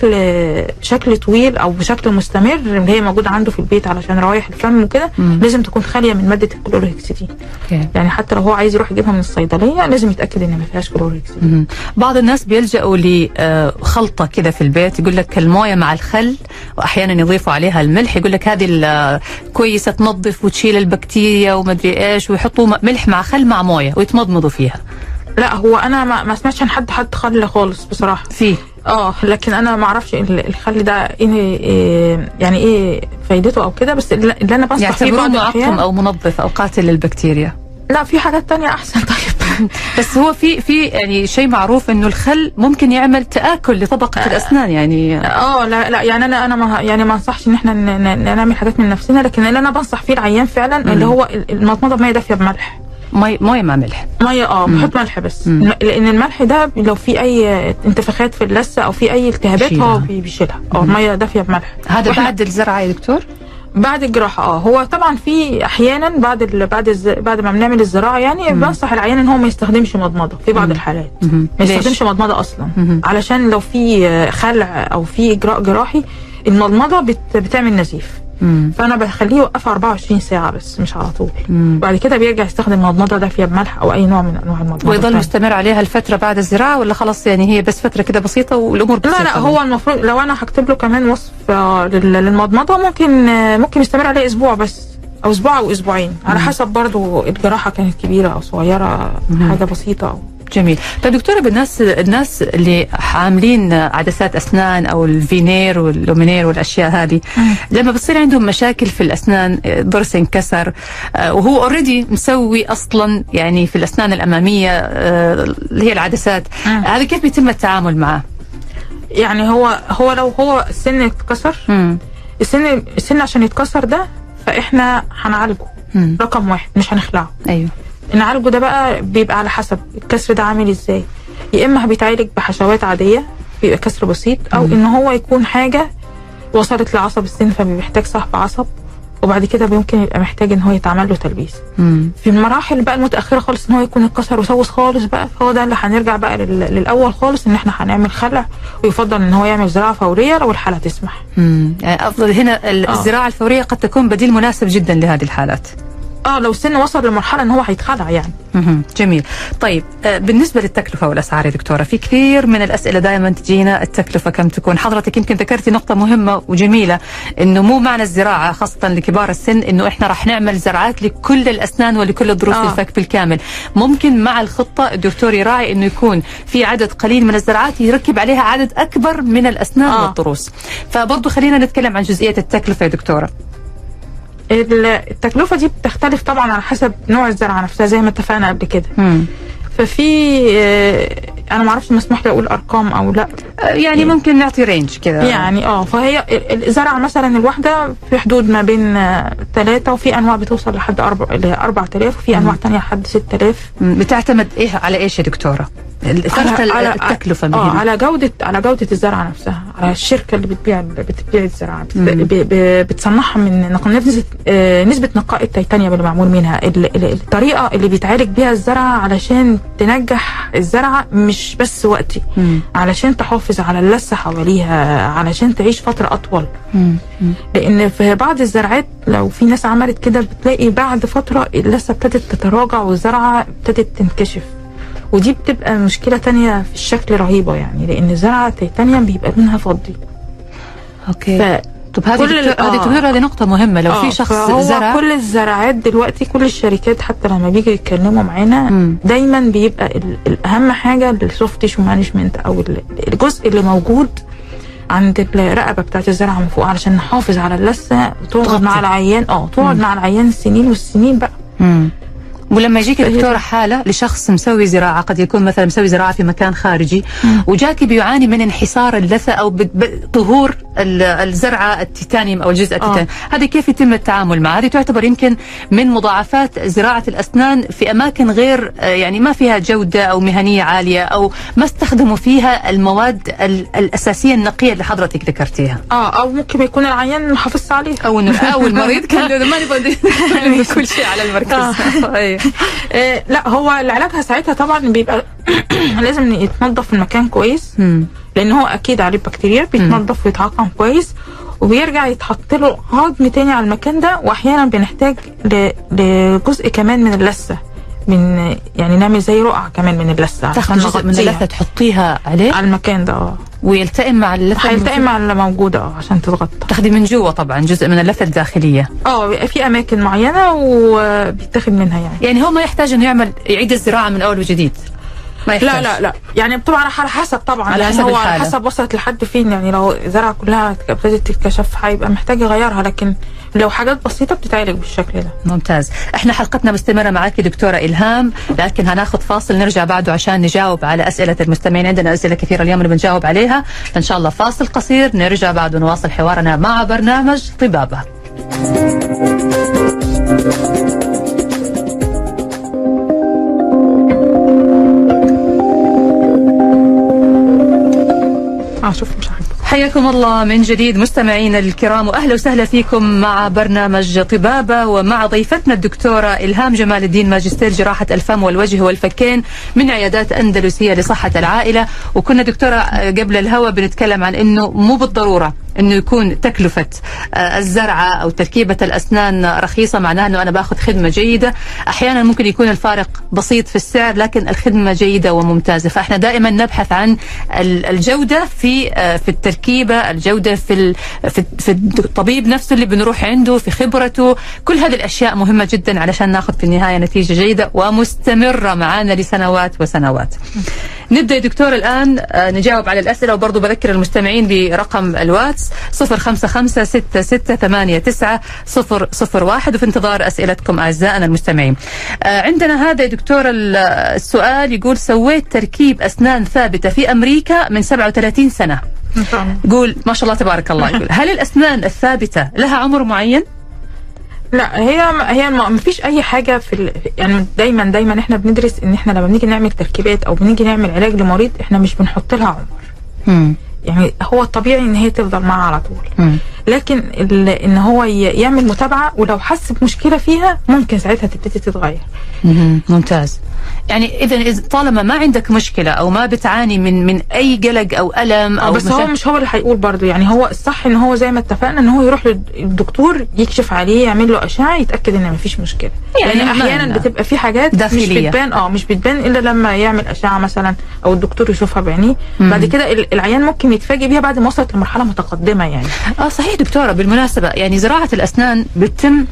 بشكل طويل او بشكل مستمر اللي هي موجوده عنده في البيت علشان روايح الفم وكده، لازم تكون خاليه من ماده الكلوروهكسيدين. يعني حتى لو هو عايز يروح يجيبها من الصيدليه لازم يتاكد ان ما فيهاش كلوروهكسيدين. بعض الناس بيلجأوا لخلطه كده في البيت، يقول لك المويه مع الخل، واحيانا يضيفوا عليها الملح، يقول لك هذه كويسه تنظف وتشيل البكتيريا وما ادري ايش، ويحطوا ملح مع خل مع مويه ويتمضمضوا فيها. لا، هو انا ما سمعتش عن حد خل خالص بصراحه فيه. لكن انا ما اعرفش الخل ده يعني ايه فايدته او كده، بس اللي انا بنصح فيه معقم او منظف او قاتل للبكتيريا. لا في حاجات تانية احسن. طيب بس هو في يعني شيء معروف انه الخل ممكن يعمل تآكل لطبقة الاسنان يعني. لا يعني انا ما انصحش ان احنا نعمل حاجات من نفسنا، لكن اللي انا بنصح فيه العيان فعلا اللي هو المضمضه بميه دافيه بملح. ميه مع ملح. ميه بحط ملح بس. لان الملح ده لو في اي انتفاخات في اللثه او في اي التهابات هو بيشيلها. ميه دافيه بملح. هذا بعد الزرعه يا دكتور؟ بعد الجراحه. هو طبعا في احيانا بعد ما بنعمل الزراعه يعني بنصح العيان ان هو ما يستخدمش مضمضه في بعض الحالات. ما يستخدمش مضمضه اصلا. علشان لو في خلع او في اجراء جراحي المضمضه بتعمل نزيف. فانا بخليه يوقفها 24 ساعه بس مش على طول. بعد كده بيرجع يستخدم مضمضه دافيه بملح او اي نوع من انواع المضمضه. ويظل مستمر عليها الفتره بعد الزراعه ولا خلاص يعني هي بس فتره كده بسيطه والامور بسيطه؟ لا هو المفروض لو انا هكتب له كمان وصف للمضمضه ممكن يستمر عليه اسبوع بس او اسبوع او اسبوعين على حسب برضو الجراحه كانت كبيره او صغيره حاجه بسيطه. جميل. طيب دكتوره، الناس اللي عاملين عدسات اسنان او الفينير واللومينير والاشياء هذه لما بتصير عندهم مشاكل في الاسنان، ضرس انكسر وهو اوريدي مسوي اصلا يعني في الاسنان الاماميه اللي هي العدسات، هذا كيف بيتم التعامل معه؟ يعني هو لو هو السن اتكسر، السن عشان يتكسر ده فاحنا هنعالجه رقم واحد، مش هنخلعه. ايوه نعالجه ده بقى بيبقى على حسب الكسر ده عامل ازاي. يا اما بيتعالج بحشوات عاديه بيبقى كسر بسيط، او ان هو يكون حاجه وصلت لعصب السن فبيحتاج صحب عصب، وبعد كده ممكن يبقى محتاج ان هو يتعمل له تلبيس. في المراحل بقى المتاخره خالص ان هو يكون اتكسر وسوس خالص بقى، فهو ده اللي هنرجع بقى للاول خالص ان احنا هنعمل خلع، ويفضل ان هو يعمل زراعه فوريه لو الحاله تسمح. يعني افضل هنا الزراعه الفوريه قد تكون بديل مناسب جدا لهذه الحالات. لو السن وصل لمرحله ان هو هيتخلع يعني. جميل. طيب بالنسبه للتكلفه والاسعار يا دكتوره، في كثير من الاسئله دائما تجينا التكلفه كم تكون. حضرتك يمكن ذكرتي نقطه مهمه وجميله، انه مو معنى الزراعه خاصه لكبار السن انه احنا راح نعمل زراعات لكل الاسنان ولكل ضروس الفك بالكامل. ممكن مع الخطه الدكتور يراعي انه يكون في عدد قليل من الزراعات يركب عليها عدد اكبر من الاسنان والضروس. فبرضه خلينا نتكلم عن جزئيه التكلفه يا دكتوره. التكلفه دي بتختلف طبعا على حسب نوع الزرعه نفسها زي ما اتفقنا قبل كده. ففي انا ما اعرفش مسموح لي اقول ارقام او لا، يعني ممكن نعطي رينج كده يعني. فهي الزرعه مثلا الواحده في حدود ما بين 3 وفي انواع بتوصل لحد 4000 وفي انواع ثانيه لحد 6000. بتعتمد على ايش يا دكتوره؟ على التكلفه على جوده الزرعه نفسها، على الشركه اللي بتبيع الزراعه بتصنعها من نسبه نقاء التيتانيوم اللي معمول منها، الطريقه اللي بيتعالج بيها الزرعه علشان تنجح الزرعه مش بس وقتي، علشان تحافظ على اللثه حواليها، علشان تعيش فتره اطول. لان في بعض الزراعات لو في ناس عملت كده بتلاقي بعد فتره اللثه ابتدت تتراجع والزرعه ابتدت تنكشف، ودي بتبقى مشكله تانية في الشكل رهيبه يعني، لان الزرعه التيتانيوم بيبقى لونها فضي. اوكي. طب هذه نقطه مهمه. لو في شخص زرع، كل الزراعات دلوقتي كل الشركات حتى لما بيجوا يتكلموا معانا دايما بيبقى الاهم حاجه السوفت تيشو مانجمنت، او الجزء اللي موجود عند الرقبه بتاعت الزرعه من فوق، علشان نحافظ على اللثه وتقعد مع العيان تقعد مع العيان السنين والسنين بقى. ولما يجيك دكتورة حالة لشخص مسوي زراعة، قد يكون مثلا مسوي زراعة في مكان خارجي وجاكي بيعاني من انحسار اللثة أو ظهور الزرعة التيتانيوم أو الجزء التيتانيوم، هذه كيف يتم التعامل معها؟ هذه تعتبر يمكن من مضاعفات زراعة الأسنان في أماكن غير يعني ما فيها جودة أو مهنية عالية، أو ما استخدموا فيها المواد الأساسية النقية اللي حضرتك ذكرتيها. أو ممكن يكون العيان محافظ عليه، أو المريض كان ما نبغى كل شيء على المركز. لا هو علاجها ساعتها طبعا بيبقى لازم يتنظف المكان كويس، لان هو اكيد عليه بكتيريا، بيتنظف ويتعقم كويس وبيرجع يتحط له عظم تاني على المكان ده. واحيانا بنحتاج لجزء كمان من اللثه، من يعني نعمل زي رقعه كمان من اللثه، تاخد جزء من اللثه تحطيها عليه على المكان ده ويلتئم مع اللثه، هيلتئم مع اللي موجوده عشان تتغطى. تاخدي من جوه طبعا جزء من اللثه الداخليه. في اماكن معينه وبيتاخد منها يعني هو ما يحتاج انه يعيد الزراعه من اول وجديد. ما يحتاج. لا يعني طبعا على حسب طبعا، على يعني حسب هو الحالة. على حسب وصلت لحد فين. يعني لو زرعه كلها ابتدت تتكشف هيبقى محتاج يغيرها، لكن لو حاجات بسيطه بتتعالج بالشكل ده. ممتاز. احنا حلقتنا مستمره معك دكتوره إلهام، لكن هناخذ فاصل نرجع بعده عشان نجاوب على اسئله المستمعين. عندنا اسئله كثيره اليوم اللي بنجاوب عليها، فان شاء الله فاصل قصير نرجع بعده نواصل حوارنا مع برنامج طبابه. شوف مش عارف. حياكم الله من جديد مستمعينا الكرام، واهلا وسهلا فيكم مع برنامج طبابه، ومع ضيفتنا الدكتوره إلهام جمال الدين، ماجستير جراحه الفم والوجه والفكين من عيادات اندلسيه لصحه العائله. وكنا دكتوره قبل الهوا بنتكلم عن انه مو بالضروره انه يكون تكلفه الزرعه او تركيبه الاسنان رخيصه معناها انه انا باخذ خدمه جيده. احيانا ممكن يكون الفارق بسيط في السعر لكن الخدمه جيده وممتازه، فاحنا دائما نبحث عن الجوده في التركيبه، الجوده في الطبيب نفسه اللي بنروح عنده، في خبرته. كل هذه الاشياء مهمه جدا علشان ناخذ في النهايه نتيجه جيده ومستمره معنا لسنوات وسنوات. نبدا يا دكتور الان نجاوب على الاسئله، وبرضه بذكر المستمعين برقم الواتس 0556689001، وفي انتظار اسئلتكم اعزائنا المستمعين. عندنا هذا يا دكتور السؤال يقول: سويت تركيب اسنان ثابته في امريكا من 37 سنه. يقول ما شاء الله تبارك الله. يقول هل الاسنان الثابته لها عمر معين؟ لا، هي ما فيش اي حاجه يعني دايما احنا بندرس ان احنا لما بنيجي نعمل تركيبات او بنيجي نعمل علاج لمريض احنا مش بنحط لها عمر. يعني هو الطبيعي ان هي تفضل معاه على طول. لكن ان هو يعمل متابعه، ولو حس بمشكله فيها ممكن ساعتها تبتدي تتغير. ممتاز. يعني اذا طالما ما عندك مشكله او ما بتعاني من اي قلق او الم او بس هو مش هو اللي هيقول برضه. يعني هو الصح ان هو زي ما اتفقنا ان هو يروح للدكتور يكشف عليه، يعمل له اشعه، يتاكد ان مفيش مشكله. يعني احيانا بتبقى في حاجات داخلية مش بتبان الا لما يعمل اشعه مثلا او الدكتور يشوفها بعينيه. بعد كده العيان ممكن يتفاجئ بيها بعد ما وصلت لمرحله متقدمه. يعني صحيح دكتوره. بالمناسبه يعني زراعه الاسنان بتتم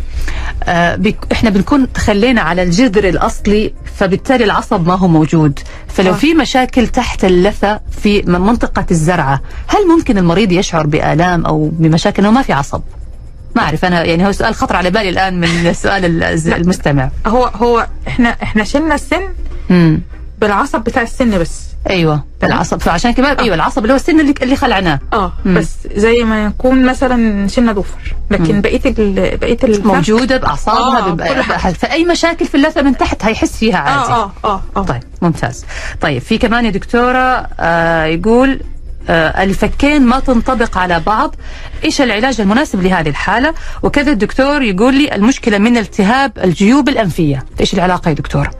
احنا بنكون تخلينا على الجذر الاصلي، فبالتالي العصب ما هو موجود. فلو في مشاكل تحت اللثه في منطقه الزرعه، هل ممكن المريض يشعر بآلام او بمشاكل انه ما في عصب؟ ما اعرف انا، يعني هو سؤال خطر على بالي الان من سؤال المستمع. هو احنا شلنا السن بالعصب بتاع السن بس. ايوه العصب، فعشان كمان ايوه العصب اللي هو السن اللي خلعناه. بس زي ما يكون مثلا شلنا ضفر، لكن بقيه موجوده باعصابها. فاي مشاكل في اللثه من تحت هيحس فيها عادي. طيب ممتاز. طيب في كمان يا دكتوره يقول الفكين ما تنطبق على بعض، ايش العلاج المناسب لهذه الحاله؟ وكذا الدكتور يقول لي المشكله من التهاب الجيوب الانفيه، ايش العلاقه يا دكتوره؟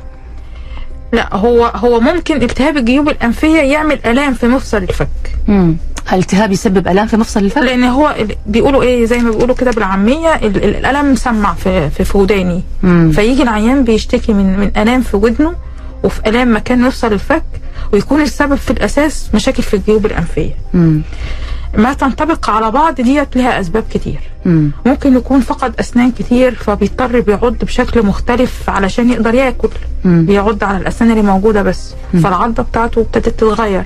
لا، هو ممكن التهاب الجيوب الانفيه يعمل الام في مفصل الفك. الالتهاب يسبب الام في مفصل الفك؟ لان هو بيقولوا ايه، زي ما بيقولوا كده بالعاميه، الالم مسمع في وداني. فيجي العيان بيشتكي من الام في ودنه وفي الام مكان مفصل الفك، ويكون السبب في الاساس مشاكل في الجيوب الانفيه. ما تنطبق على بعض ديت لها اسباب كتير. ممكن يكون فقد اسنان كتير فبيضطر بيعض بشكل مختلف علشان يقدر ياكل. بيعض على الاسنان اللي موجوده بس، فالعضه بتاعته ابتدت تتغير.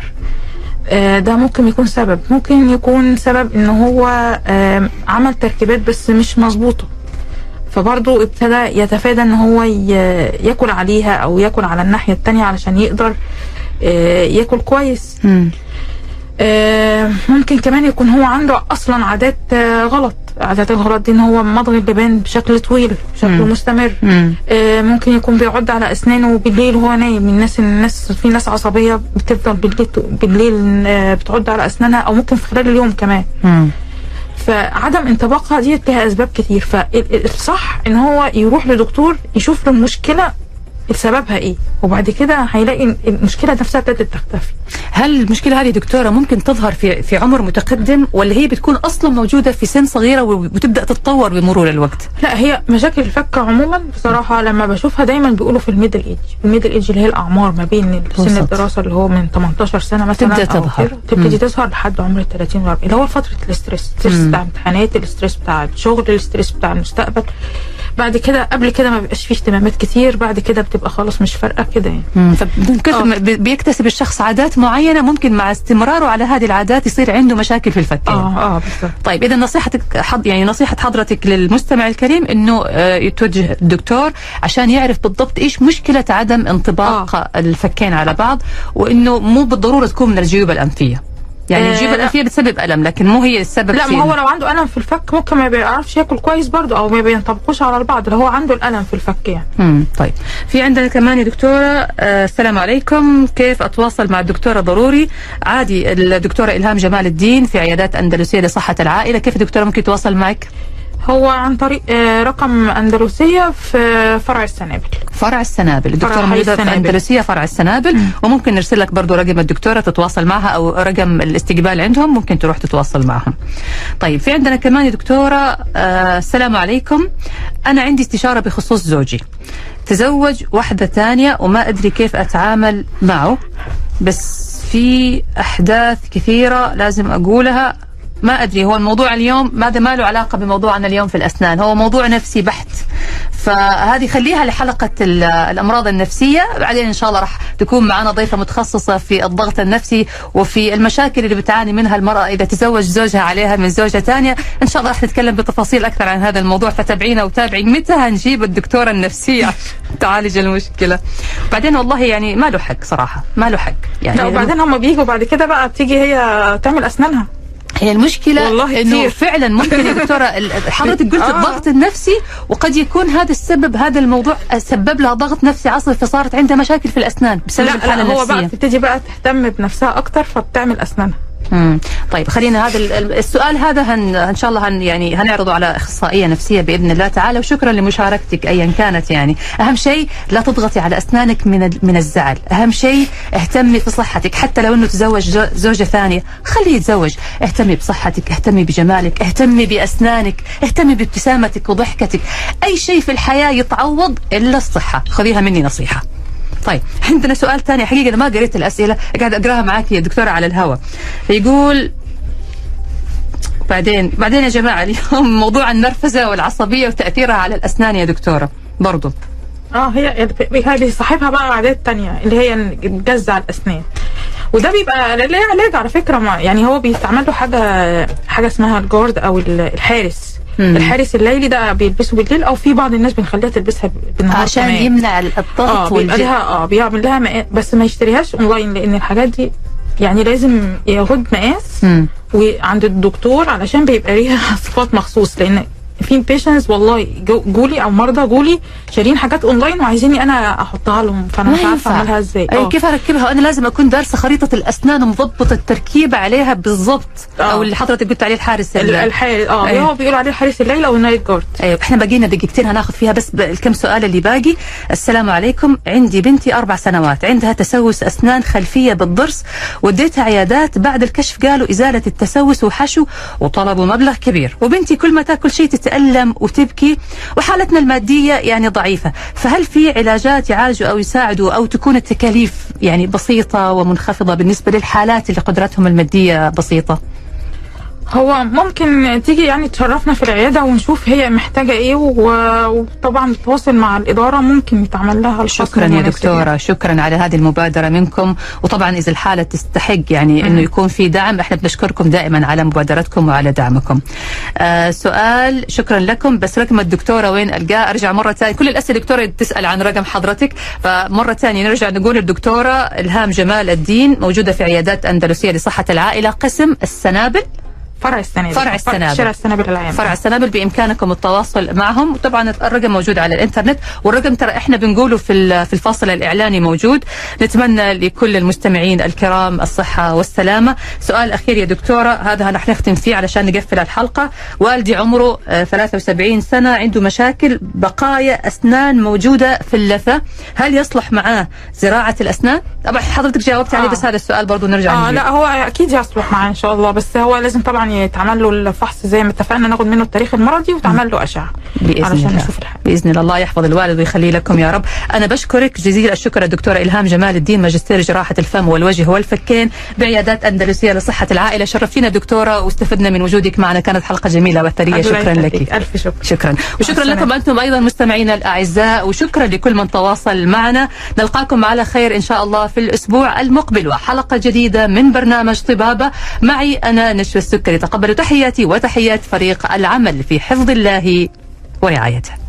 ده ممكن يكون سبب. ممكن يكون سبب ان هو عمل تركيبات بس مش مظبوطه، فبرضه ابتدى يتفادى ان هو ياكل عليها او ياكل على الناحيه التانية علشان يقدر ياكل كويس. ممكن كمان يكون هو عنده اصلا عادات غلط. عادات الغلط دي ان هو مضغ اللبان بشكل طويل بشكل مستمر. ممكن يكون بيعض على اسنانه بالليل وهو نايم. الناس في ناس عصبيه بتفضل بالليل بتعض على اسنانها، او ممكن في خلال اليوم كمان. فعدم انطباقها دي لها اسباب كتير. فالصح ان هو يروح لدكتور يشوف له المشكله سببها ايه، وبعد كده هيلاقي المشكله نفسها ابتدت تختفي. هل المشكله هذه دكتوره ممكن تظهر في عمر متقدم، ولا هي بتكون اصلا موجوده في سن صغيره وتبدا تتطور بمرور الوقت؟ لا، هي مشاكل الفك عموما بصراحه لما بشوفها دايما بيقولوا في الميدل ايج اللي هي الاعمار ما بين سن الدراسه اللي هو من 18 سنه مثلا تبتدي تظهر لحد عمر 30 و40، اللي هو فتره الاسترس بتاع امتحانات، الاسترس بتاع الشغل، الاسترس بتاع المستقبل. بعد كده قبل كده ما بيبقاش فيه اهتمامات كتير، بعد كده بتبقى خلاص مش فارقه كده يعني. بيكتسب الشخص عادات معينه، ممكن مع استمراره على هذه العادات يصير عنده مشاكل في الفكين. بالضبط. طيب اذا نصيحتك يعني نصيحه حضرتك للمستمع الكريم انه يتوجه الدكتور عشان يعرف بالضبط ايش مشكله عدم انطباق الفكين على بعض، وانه مو بالضروره تكون من الجيوب الانفيه. يعني الجيوب الانفيه بتسبب الم لكن مو هي السبب. لا، ما هو لو عنده الم في الفك ممكن ما بيعرفش ياكل كويس برضه، او ما بينطبقوش على البعض، اللي هو عنده الالم في الفك يعني. طيب في عندنا كمان يا دكتوره، السلام عليكم، كيف اتواصل مع الدكتوره؟ ضروري عادي. الدكتوره إلهام جمال الدين في عيادات أندلسية لصحة العائلة. كيف دكتوره ممكن تواصل معك؟ هو عن طريق رقم أندلسية في فرع السنابل. فرع السنابل، الدكتورة موجودة في أندلسية فرع السنابل. وممكن نرسل لك برضو رقم الدكتورة تتواصل معها، أو رقم الاستقبال عندهم ممكن تروح تتواصل معهم. طيب في عندنا كمان يا دكتورة، السلام عليكم، أنا عندي استشارة بخصوص زوجي، تزوج واحدة ثانية وما أدري كيف أتعامل معه، بس في أحداث كثيرة لازم أقولها، ما أدري. هو الموضوع اليوم ماذا ما له علاقة بموضوعنا اليوم في الأسنان، هو موضوع نفسي بحت، فهذه خليها لحلقة الأمراض النفسية. بعدين إن شاء الله راح تكون معنا ضيفة متخصصة في الضغط النفسي وفي المشاكل اللي بتعاني منها المرأة إذا تزوج زوجها عليها من زوجة ثانية. إن شاء الله راح نتكلم بتفاصيل أكثر عن هذا الموضوع، فتابعينا وتابعي متى هنجيب الدكتورة النفسية تعالج المشكلة. بعدين والله يعني ما له حق صراحة، ما له حق يعني. لا، وبعدين هم بيجوا بعد كده بقى بتيجي هي تعمل أسنانها. هي المشكلة انه فعلا ممكن يا دكتورة حضرتك قلت الضغط النفسي، وقد يكون هذا السبب، هذا الموضوع سبب لها ضغط نفسي عصبي، فصارت عندها مشاكل في الأسنان بسبب الحالة النفسية. هو بقى بتبتدي بقى تهتم بنفسها أكتر فبتعمل أسنانها. طيب خلينا هذا السؤال هذا ان شاء الله يعني هنعرضه على اخصائيه نفسيه باذن الله تعالى. وشكرا لمشاركتك ايا كانت. يعني اهم شيء لا تضغطي على اسنانك من الزعل، اهم شيء اهتمي في صحتك، حتى لو انه تزوج زوجه ثانيه خليه يتزوج، اهتمي بصحتك، اهتمي بجمالك، اهتمي باسنانك، اهتمي بابتسامتك وضحكتك. اي شيء في الحياه يتعوض الا الصحه، خذيها مني نصيحه. طيب عندنا سؤال ثاني، حقيقة أنا ما قريت الأسئلة، قاعد أقراها معاك يا دكتورة على الهواء. فيقول بعدين يا جماعة اليوم موضوع النرفزة والعصبية وتأثيرها على الأسنان يا دكتورة برضو. هي بيصاحبها بقى عادات تانية اللي هي الجزع الأسنان، وده بيبقى ليه علاج على فكرة. يعني هو بيستعمل له حاجة اسمها الجورد أو الحارس. الحارس الليلي ده بيلبسه بالليل، او في بعض الناس بنخليها تلبسها بالنهار عشان كمان يمنع الضغط بيبقى لها بيعمل لها مقاس، بس ما يشتريهاش اونلاين لان الحاجات دي يعني لازم ياخد مقاس وعند الدكتور علشان بيبقى ليها صفات مخصوص. لان في بيشنز والله جولي او مرضى جولي شارين حاجات اونلاين وعايزيني انا احطها لهم، فانا مش عارفه اعملها ازاي. كيف اركبها؟ انا لازم اكون دارسه خريطه الاسنان ومضبطه التركيبه عليها بالضبط. او اللي حضرتك قلت عليه الحارس هو بيقولوا عليه الحارس الليل او النايت جارد. احنا باقينا دقيقتين هناخذ فيها بس الكم سؤال اللي باقي. السلام عليكم، عندي بنتي 4 سنوات عندها تسوس اسنان خلفيه بالضرس، وديتها عيادات، بعد الكشف قالوا ازاله التسوس وحشو وطلبوا مبلغ كبير، وبنتي كل ما تاكل شيء تتألم وتبكي، وحالتنا المادية يعني ضعيفة، فهل في علاجات يعالجوا أو يساعدوا أو تكون التكاليف يعني بسيطة ومنخفضة بالنسبة للحالات اللي قدرتهم المادية بسيطة؟ هو ممكن تيجي يعني تشرفنا في العيادة ونشوف هي محتاجة ايه، وطبعا نتواصل مع الإدارة ممكن يتعمل لها الفحص. شكرا يا دكتورة، شكرا على هذه المبادرة منكم. وطبعا إذا الحالة تستحق يعني انه يكون في دعم، احنا بنشكركم دائما على مبادرتكم وعلى دعمكم. سؤال، شكرا لكم، بس رقم الدكتورة وين ألقاه؟ أرجع مرة ثانية، كل الأسئلة دكتورة تسأل عن رقم حضرتك، فمرة ثانية نرجع نقول الدكتورة إلهام جمال الدين موجودة في عيادات أندلسية لصحة العائلة، قسم السنابل، فرع السنابل، شارع السنابل العام، فرع السنابل. بإمكانكم التواصل معهم، وطبعا الرقم موجود على الانترنت، والرقم ترى احنا بنقوله في الفاصل الإعلاني موجود. نتمنى لكل المستمعين الكرام الصحة والسلامة. سؤال أخير يا دكتورة، هذا رح نختم فيه علشان نقفل الحلقة. والدي عمره 73 سنة، عنده مشاكل بقايا أسنان موجودة في اللثة، هل يصلح معاه زراعة الأسنان؟ طبعا حضرتك جاوبت عليه بس هذا السؤال برضو نرجع نجيب. لا هو أكيد يصلح معاه إن شاء الله، بس هو لازم طبعا يتعمل له الفحص زي ما اتفقنا، ناخد منه التاريخ المرضي وتعمل له أشعة علشان نشوف الحاجة. بإذن الله يحفظ الوالد ويخلي لكم يا رب. أنا بشكرك جزيل الشكر الدكتورة إلهام جمال الدين، ماجستير جراحة الفم والوجه والفكين بعيادات أندلسية لصحة العائلة. شرفتينا دكتورة واستفدنا من وجودك معنا، كانت حلقة جميلة وثرية. شكرا لك. ألف شكر. شكرا وشكرا لكم أنتم أيضا مستمعينا الأعزاء، وشكرا لكل من تواصل معنا. نلقاكم على خير إن شاء الله في الأسبوع المقبل وحلقة جديدة من برنامج طبابة معي أنا نشوى السكري. تقبلوا تحياتي وتحيات فريق العمل في حفظ الله ورعايته.